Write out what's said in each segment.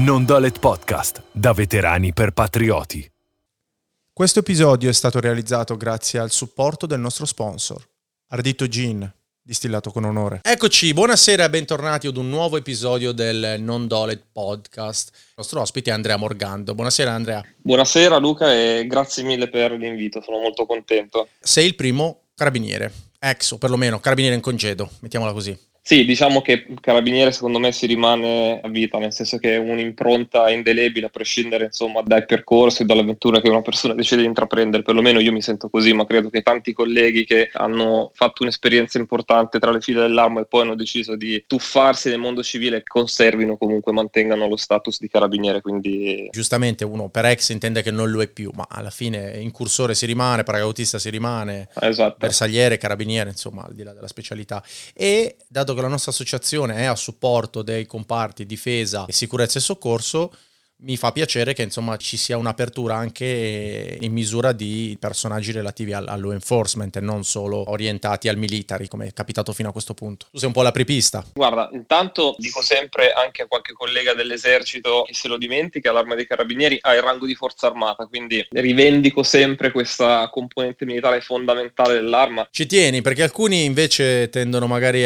Non-Dolet Podcast, da veterani per patrioti. Questo episodio è stato realizzato grazie al supporto del nostro sponsor, Ardito Gin, distillato con onore. Eccoci, buonasera e bentornati ad un nuovo episodio del Non-Dolet Podcast. Il nostro ospite è Andrea Morgando. Buonasera Andrea. Buonasera Luca e grazie mille per l'invito, sono molto contento. Sei il primo carabiniere, ex o perlomeno carabiniere in congedo, mettiamola così. Sì, diciamo che carabiniere secondo me si rimane a vita, nel senso che è un'impronta indelebile a prescindere insomma dai percorsi e dall'avventura che una persona decide di intraprendere, perlomeno io mi sento così, ma credo che tanti colleghi che hanno fatto un'esperienza importante tra le file dell'arma e poi hanno deciso di tuffarsi nel mondo civile conservino comunque, mantengano lo status di carabiniere, quindi... Giustamente uno per ex intende che non lo è più, ma alla fine incursore si rimane, paracautista si rimane, Esatto. Bersagliere, carabiniere, insomma al di là della specialità. E dato che la nostra associazione è a supporto dei comparti difesa e sicurezza e soccorso, mi fa piacere che insomma ci sia un'apertura anche in misura di personaggi relativi al law enforcement e non solo orientati al military come è capitato fino a questo punto. Tu sei un po' l'apripista. Guarda, intanto dico sempre anche a qualche collega dell'esercito che se lo dimentica, l'Arma dei Carabinieri ha il rango di forza armata, quindi rivendico sempre questa componente militare fondamentale dell'arma. Ci tieni perché alcuni invece tendono magari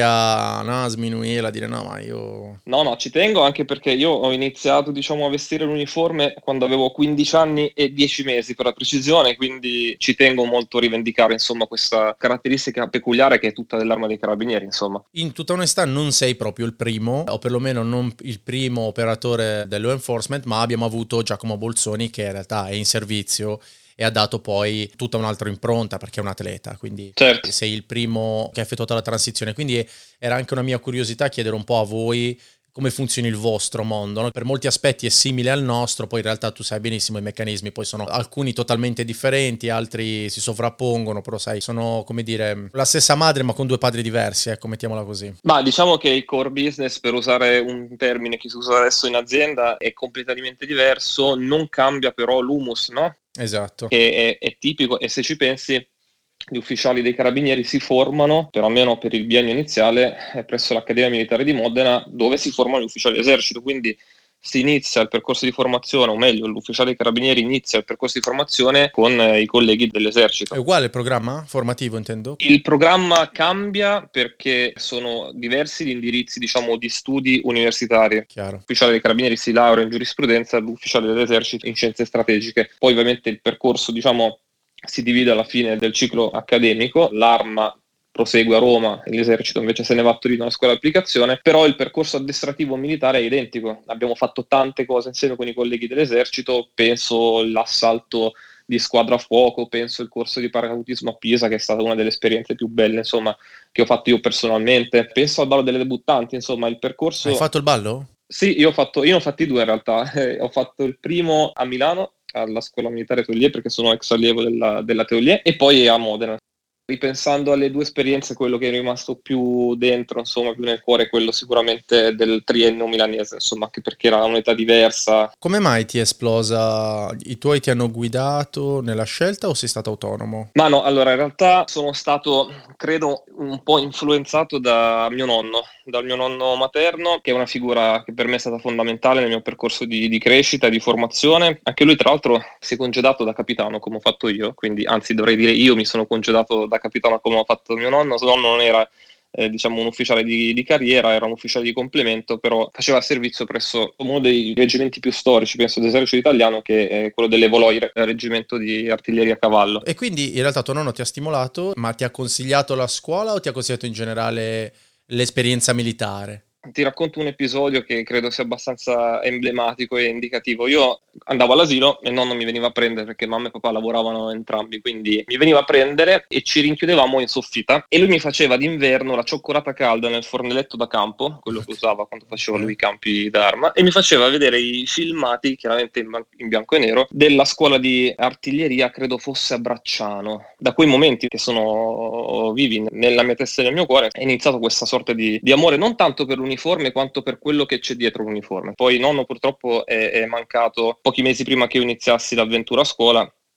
a sminuire, a dire no ma io... No, ci tengo anche perché io ho iniziato diciamo a vestire l'uniforme quando avevo 15 anni e 10 mesi per la precisione, quindi ci tengo molto a rivendicare insomma questa caratteristica peculiare che è tutta dell'Arma dei Carabinieri insomma. In tutta onestà non sei proprio il primo, o perlomeno non il primo operatore del law enforcement, ma abbiamo avuto Giacomo Bolzoni che in realtà è in servizio e ha dato poi tutta un'altra impronta perché è un atleta, quindi certo. Sei il primo che ha effettuato la transizione, quindi era anche una mia curiosità chiedere un po' a voi come funziona il vostro mondo, no? Per molti aspetti è simile al nostro, poi in realtà tu sai benissimo i meccanismi, poi sono alcuni totalmente differenti, altri si sovrappongono, però sai, sono come dire la stessa madre ma con due padri diversi, ecco, mettiamola così. Ma diciamo che il core business, per usare un termine che si usa adesso in azienda, è completamente diverso, non cambia però l'humus, no? Esatto. Che è tipico e se ci pensi gli ufficiali dei carabinieri si formano, per almeno per il biennio iniziale, presso l'Accademia Militare di Modena, dove si formano gli ufficiali d'esercito, quindi si inizia il percorso di formazione, o meglio, l'ufficiale dei carabinieri inizia il percorso di formazione con i colleghi dell'esercito. È uguale il programma formativo, intendo? Il programma cambia perché sono diversi gli indirizzi, diciamo, di studi universitari. Chiaro. L'ufficiale dei carabinieri si laurea in giurisprudenza, l'ufficiale dell'esercito in scienze strategiche. Poi ovviamente il percorso, diciamo, si divide alla fine del ciclo accademico, l'Arma prosegue a Roma e l'esercito invece se ne va a Torino alla scuola di applicazione, però il percorso addestrativo militare è identico. Abbiamo fatto tante cose insieme con i colleghi dell'esercito, penso l'assalto di squadra a fuoco, penso il corso di paracadutismo a Pisa che è stata una delle esperienze più belle insomma che ho fatto io personalmente, penso al ballo delle debuttanti, insomma il percorso... Hai fatto il ballo? Sì, io ne ho fatti due in realtà, ho fatto il primo a Milano alla scuola militare Teolier perché sono ex allievo della Teolier e poi a Modena. Ripensando alle due esperienze, quello che è rimasto più dentro, insomma, più nel cuore è quello sicuramente del triennio milanese, insomma, anche perché era un'età diversa. Come mai ti è esplosa? I tuoi ti hanno guidato nella scelta o sei stato autonomo? Ma no, allora in realtà sono stato, credo, un po' influenzato dal mio nonno materno, che è una figura che per me è stata fondamentale nel mio percorso di crescita e di formazione. Anche lui, tra l'altro, si è congedato da capitano, come ho fatto io, quindi anzi dovrei dire io mi sono congedato da capitano come ho fatto mio nonno. Suo nonno non era diciamo un ufficiale di carriera, era un ufficiale di complemento, però faceva servizio presso uno dei reggimenti più storici, penso, dell'esercito italiano, che è quello delle Voloire, reggimento di artiglieria a cavallo. E quindi in realtà tuo nonno ti ha stimolato, ma ti ha consigliato la scuola o ti ha consigliato in generale l'esperienza militare? Ti racconto un episodio che credo sia abbastanza emblematico e indicativo. Io andavo all'asilo e nonno mi veniva a prendere perché mamma e papà lavoravano entrambi, quindi mi veniva a prendere e ci rinchiudevamo in soffitta e lui mi faceva d'inverno la cioccolata calda nel fornelletto da campo, quello che usava quando faceva lui i campi d'arma, e mi faceva vedere i filmati, chiaramente in bianco e nero, della scuola di artiglieria, credo fosse a Bracciano. Da quei momenti che sono vivi nella mia testa e nel mio cuore è iniziato questa sorta di amore, non tanto per l'uniforme quanto per quello che c'è dietro l'uniforme. Poi nonno purtroppo è mancato pochi mesi prima che io iniziassi l'avventura a scuola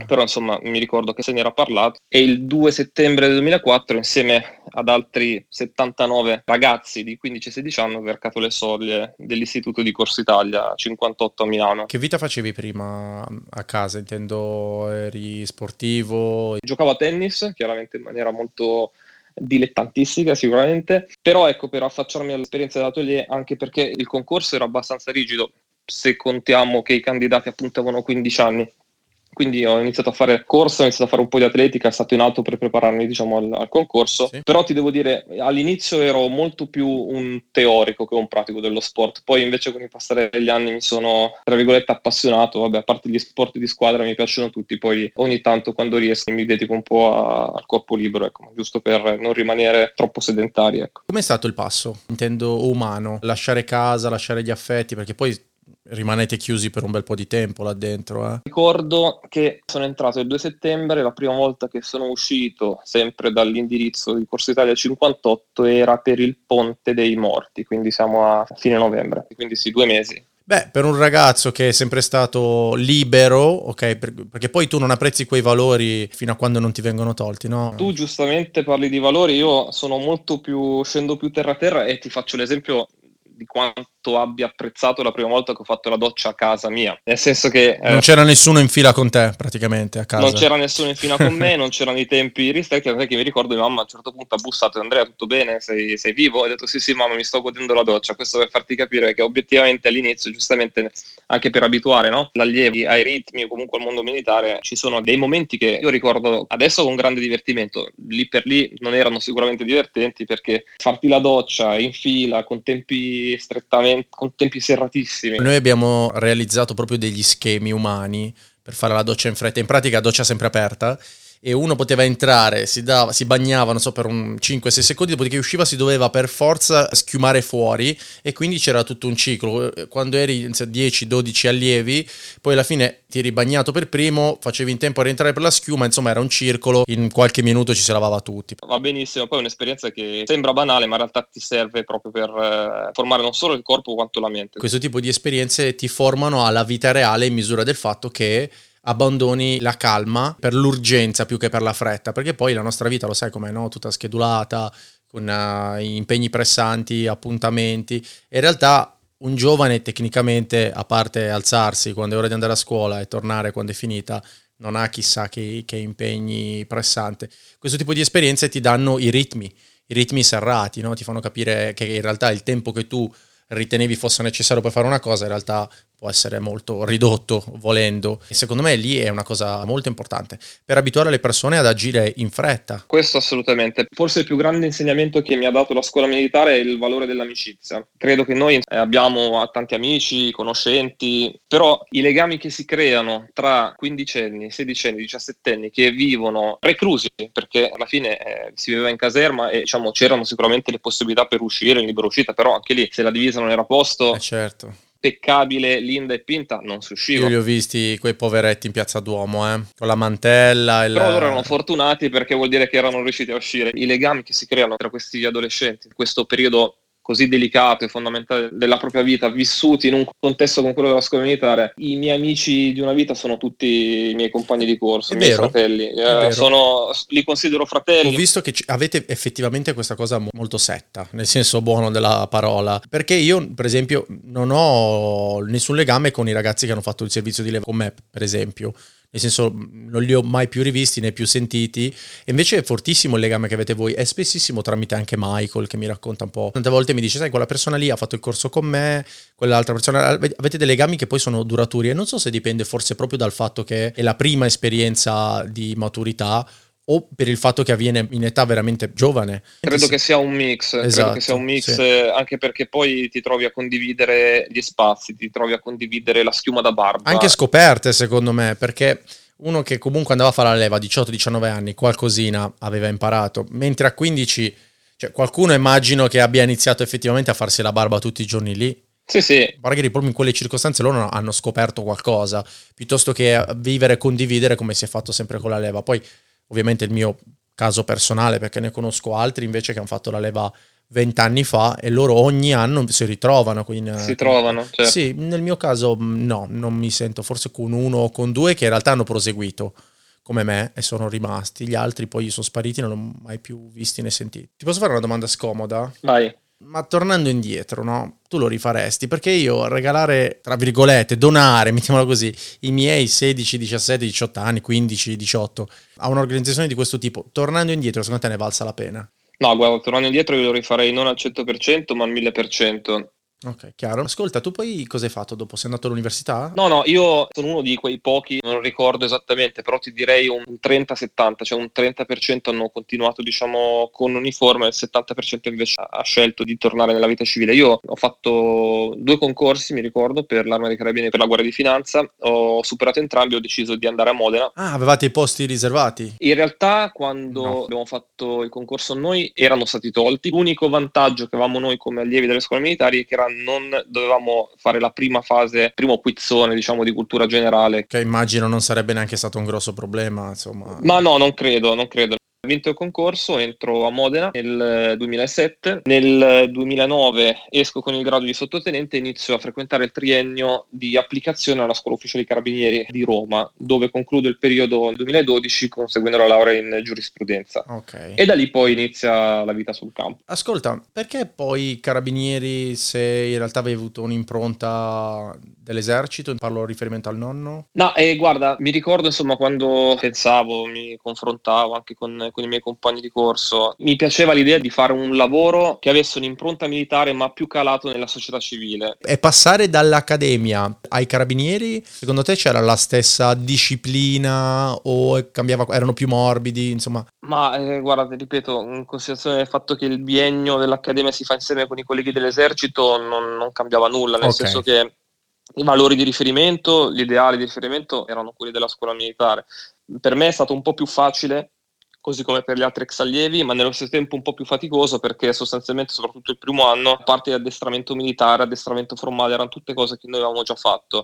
Però insomma mi ricordo che se ne era parlato, e il 2 settembre del 2004 insieme ad altri 79 ragazzi di 15-16 anni ho varcato le soglie dell'Istituto di Corsa Italia 58 a Milano. Che vita facevi prima a casa? Intendo, eri sportivo? Giocavo a tennis, chiaramente in maniera molto dilettantistica sicuramente, però ecco, per affacciarmi all'esperienza dell'atelier, anche perché il concorso era abbastanza rigido se contiamo che i candidati appunto avevano 15 anni. Quindi ho iniziato a fare corsa, ho iniziato a fare un po' di atletica, è stato in auto per prepararmi, diciamo, al concorso. Sì. Però ti devo dire, all'inizio ero molto più un teorico che un pratico dello sport. Poi invece con il passare degli anni mi sono, tra virgolette, appassionato. Vabbè, a parte gli sport di squadra mi piacciono tutti, poi ogni tanto quando riesco mi dedico un po' al corpo libero, ecco, giusto per non rimanere troppo sedentari, ecco. Com'è stato il passo? Intendo umano, lasciare casa, lasciare gli affetti, perché poi rimanete chiusi per un bel po' di tempo là dentro. Ricordo che sono entrato il 2 settembre, la prima volta che sono uscito, sempre dall'indirizzo di Corsa Italia 58, era per il Ponte dei Morti, quindi siamo a fine novembre, quindi sì, 2 mesi. Beh, per un ragazzo che è sempre stato libero, ok, perché poi tu non apprezzi quei valori fino a quando non ti vengono tolti, no? Tu giustamente parli di valori, io sono molto più, scendo più terra a terra e ti faccio l'esempio di quanto abbia apprezzato la prima volta che ho fatto la doccia a casa mia, nel senso che non c'era nessuno in fila con te praticamente a casa. Non c'era nessuno in fila con me, non c'erano i tempi ristretti, non è che mi ricordo mia mamma a un certo punto ha bussato: Andrea, tutto bene? Sei vivo? Ho detto sì mamma, mi sto godendo la doccia. Questo per farti capire che obiettivamente all'inizio, giustamente anche per abituare, no, l'allievi ai ritmi o comunque al mondo militare, ci sono dei momenti che io ricordo adesso con grande divertimento, lì per lì non erano sicuramente divertenti, perché farti la doccia in fila con tempi serratissimi. Noi abbiamo realizzato proprio degli schemi umani per fare la doccia in fretta, in pratica doccia sempre aperta, e uno poteva entrare, si bagnava, non so, per un 5-6 secondi, dopodiché usciva, si doveva per forza schiumare fuori, e quindi c'era tutto un ciclo. Quando eri 10-12 allievi, poi alla fine ti eri bagnato per primo, facevi in tempo a rientrare per la schiuma, insomma era un circolo, in qualche minuto ci si lavava tutti. Va benissimo, poi è un'esperienza che sembra banale, ma in realtà ti serve proprio per formare non solo il corpo quanto la mente. Questo tipo di esperienze ti formano alla vita reale in misura del fatto che abbandoni la calma per l'urgenza più che per la fretta, perché poi la nostra vita, lo sai com'è, no? Tutta schedulata, con impegni pressanti, appuntamenti, e in realtà un giovane tecnicamente, a parte alzarsi quando è ora di andare a scuola e tornare quando è finita, non ha chissà che impegni pressanti. Questo tipo di esperienze ti danno i ritmi serrati, no? Ti fanno capire che in realtà il tempo che tu ritenevi fosse necessario per fare una cosa in realtà può essere molto ridotto volendo, e secondo me lì è una cosa molto importante per abituare le persone ad agire in fretta. Questo assolutamente. Forse il più grande insegnamento che mi ha dato la scuola militare è il valore dell'amicizia. Credo che noi abbiamo tanti amici, conoscenti, però i legami che si creano tra quindicenni, sedicenni, diciassettenni che vivono reclusi, perché alla fine si viveva in caserma e diciamo c'erano sicuramente le possibilità per uscire in libera uscita, però anche lì se la divisa non era a posto, certo, impeccabile, linda e pinta, non si usciva. Io li ho visti quei poveretti in Piazza Duomo, con la mantella. Però loro erano fortunati, perché vuol dire che erano riusciti a uscire. I legami che si creano tra questi adolescenti in questo periodo così delicato e fondamentale della propria vita, vissuti in un contesto come quello della scuola militare. I miei amici di una vita sono tutti i miei compagni di corso, i miei fratelli. Li considero fratelli. Ho visto che avete effettivamente questa cosa molto setta, nel senso buono della parola, perché io per esempio non ho nessun legame con i ragazzi che hanno fatto il servizio di leva con me, per esempio. Nel senso non li ho mai più rivisti né più sentiti, e invece è fortissimo il legame che avete voi, è spessissimo tramite anche Michael che mi racconta un po', tante volte mi dice sai quella persona lì ha fatto il corso con me, quell'altra persona, avete dei legami che poi sono duraturi, e non so se dipende forse proprio dal fatto che è la prima esperienza di maturità o per il fatto che avviene in età veramente giovane. Credo che sia un mix, esatto, sì. Anche perché poi ti trovi a condividere gli spazi, ti trovi a condividere la schiuma da barba. Anche scoperte secondo me, perché uno che comunque andava a fare la leva a 18-19 anni, qualcosina aveva imparato, mentre a 15, cioè qualcuno immagino che abbia iniziato effettivamente a farsi la barba tutti i giorni lì. Sì. Magari proprio in quelle circostanze loro hanno scoperto qualcosa, piuttosto che vivere e condividere come si è fatto sempre con la leva. Poi ovviamente il mio caso personale, perché ne conosco altri invece che hanno fatto la leva 20 anni fa e loro ogni anno si ritrovano. Si trovano, certo. Sì, nel mio caso no, non mi sento, forse con uno o con due che in realtà hanno proseguito. come me, e sono rimasti. Gli altri poi sono spariti, non l'ho mai più visti né sentiti. Ti posso fare una domanda scomoda? Vai. Ma tornando indietro, no? Tu lo rifaresti? Perché io regalare, tra virgolette, donare, mettiamola così, i miei 16, 17, 18 anni, 15, 18 a un'organizzazione di questo tipo, tornando indietro, secondo te ne valsa la pena? No, guarda, tornando indietro io lo rifarei non al 100%, ma al 1000%. Ok, chiaro. Ascolta, tu poi cosa hai fatto dopo? Sei andato all'università? No, io sono uno di quei pochi, non ricordo esattamente, però ti direi un 30-70, cioè un 30% hanno continuato, diciamo, con uniforme, il 70% invece ha scelto di tornare nella vita civile. Io ho fatto 2 concorsi, mi ricordo, per l'Arma dei Carabinieri e per la Guardia di Finanza, ho superato entrambi, ho deciso di andare a Modena. Ah, avevate i posti riservati? In realtà quando No. abbiamo fatto il concorso noi erano stati tolti. L'unico vantaggio che avevamo noi come allievi delle scuole militari è che non dovevamo fare la prima fase, primo quizzone, diciamo, di cultura generale. Che immagino non sarebbe neanche stato un grosso problema, insomma. Ma no, non credo. Ho vinto il concorso, entro a Modena nel 2007, nel 2009 esco con il grado di sottotenente e inizio a frequentare il triennio di applicazione alla Scuola Ufficiale dei Carabinieri di Roma, dove concludo il periodo nel 2012 conseguendo la laurea in giurisprudenza. Ok. E da lì poi inizia la vita sul campo. Ascolta, perché poi Carabinieri, se in realtà avevi avuto un'impronta dell'esercito, parlo riferimento al nonno? No, guarda, mi ricordo insomma quando pensavo, mi confrontavo anche con i miei compagni di corso, mi piaceva l'idea di fare un lavoro che avesse un'impronta militare ma più calato nella società civile. E passare dall'accademia ai Carabinieri, secondo te c'era la stessa disciplina o cambiava, erano più morbidi, insomma? Ma guarda, ti ripeto, in considerazione del fatto che il biennio dell'accademia si fa insieme con i colleghi dell'esercito, non cambiava nulla, nel senso che i valori di riferimento, gli ideali di riferimento erano quelli della scuola militare. Per me è stato un po' più facile, così come per gli altri ex allievi, ma nello stesso tempo un po' più faticoso perché sostanzialmente, soprattutto il primo anno, a parte addestramento militare, addestramento formale, erano tutte cose che noi avevamo già fatto.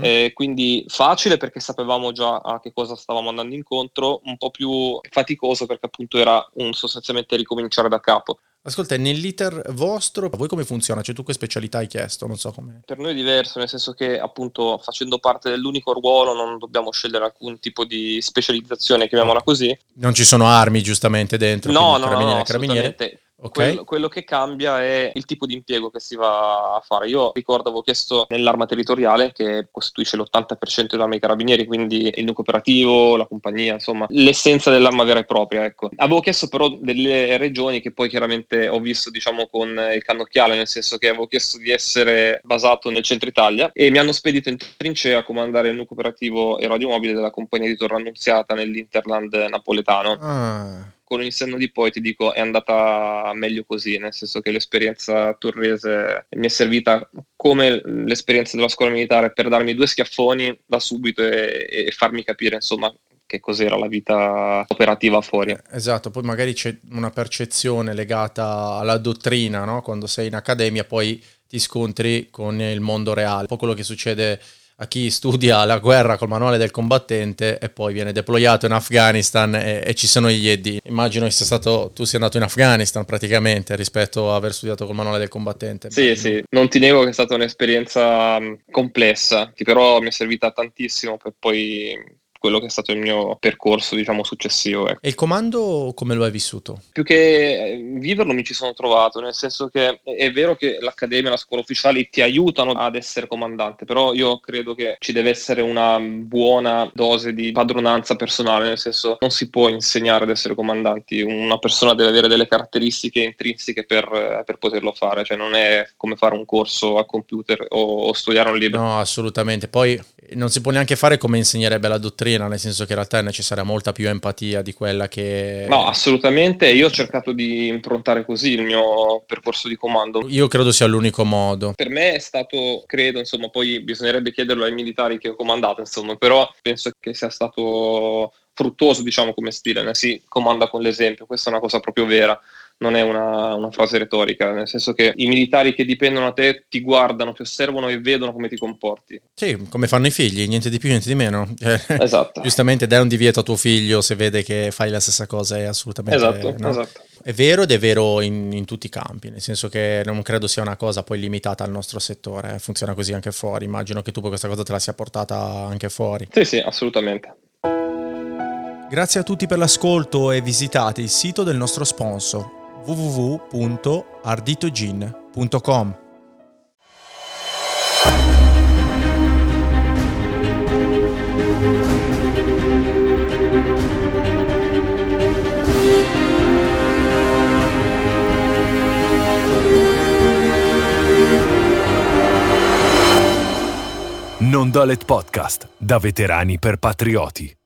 Quindi facile perché sapevamo già a che cosa stavamo andando incontro, un po' più faticoso perché appunto era sostanzialmente ricominciare da capo. Ascolta, nell'iter vostro, voi come funziona? Cioè tu che specialità hai chiesto? Non so come. Per noi è diverso, nel senso che appunto facendo parte dell'unico ruolo non dobbiamo scegliere alcun tipo di specializzazione, chiamiamola così. Non ci sono armi giustamente dentro? No, carabinieri. assolutamente. Okay. Quello che cambia è il tipo di impiego che si va a fare. Io ricordo avevo chiesto nell'arma territoriale, che costituisce l'80% dell'arma dei carabinieri, quindi il nucleo operativo, la compagnia, insomma, l'essenza dell'arma vera e propria, ecco. Avevo chiesto però delle regioni che poi chiaramente ho visto, diciamo, con il cannocchiale, nel senso che avevo chiesto di essere basato nel centro Italia e mi hanno spedito in trincea a comandare il nucleo operativo e radiomobile della compagnia di Torre Annunziata nell'Interland napoletano. Con il senno di poi ti dico è andata meglio così, nel senso che l'esperienza torrese mi è servita come l'esperienza della scuola militare per darmi 2 schiaffoni da subito e farmi capire insomma che cos'era la vita operativa fuori. Esatto, poi magari c'è una percezione legata alla dottrina, no? Quando sei in accademia poi ti scontri con il mondo reale, un po' quello che succede a chi studia la guerra col manuale del combattente e poi viene deployato in Afghanistan e ci sono gli ED. Immagino che tu sia andato in Afghanistan praticamente rispetto a aver studiato col manuale del combattente. Sì, non ti nego che è stata un'esperienza complessa, che però mi è servita tantissimo per poi quello che è stato il mio percorso, diciamo, successivo. Ecco. E il comando come lo hai vissuto? Più che viverlo mi ci sono trovato, nel senso che è vero che l'accademia e la scuola ufficiale ti aiutano ad essere comandante, però io credo che ci deve essere una buona dose di padronanza personale, nel senso non si può insegnare ad essere comandanti, una persona deve avere delle caratteristiche intrinseche per poterlo fare, cioè non è come fare un corso a computer o studiare un libro. No, assolutamente, poi non si può neanche fare come insegnerebbe la dottrina, nel senso che in realtà è necessaria molta più empatia di quella che... No, assolutamente, io ho cercato di improntare così il mio percorso di comando. Io credo sia l'unico modo. Per me è stato, credo, insomma, poi bisognerebbe chiederlo ai militari che ho comandato, insomma, però penso che sia stato fruttuoso, diciamo, come stile, si comanda con l'esempio, questa è una cosa proprio vera. Non è una frase retorica, nel senso che i militari che dipendono da te ti guardano, ti osservano e vedono come ti comporti. Sì, come fanno i figli, niente di più, niente di meno. Esatto. Giustamente dai un divieto a tuo figlio se vede che fai la stessa cosa, è assolutamente... Esatto, no? esatto. È vero ed è vero in tutti i campi, nel senso che non credo sia una cosa poi limitata al nostro settore, funziona così anche fuori, immagino che tu poi questa cosa te la sia portata anche fuori. Sì, assolutamente. Grazie a tutti per l'ascolto e visitate il sito del nostro sponsor www.arditojin.com. Non Dolet Podcast, da veterani per patrioti.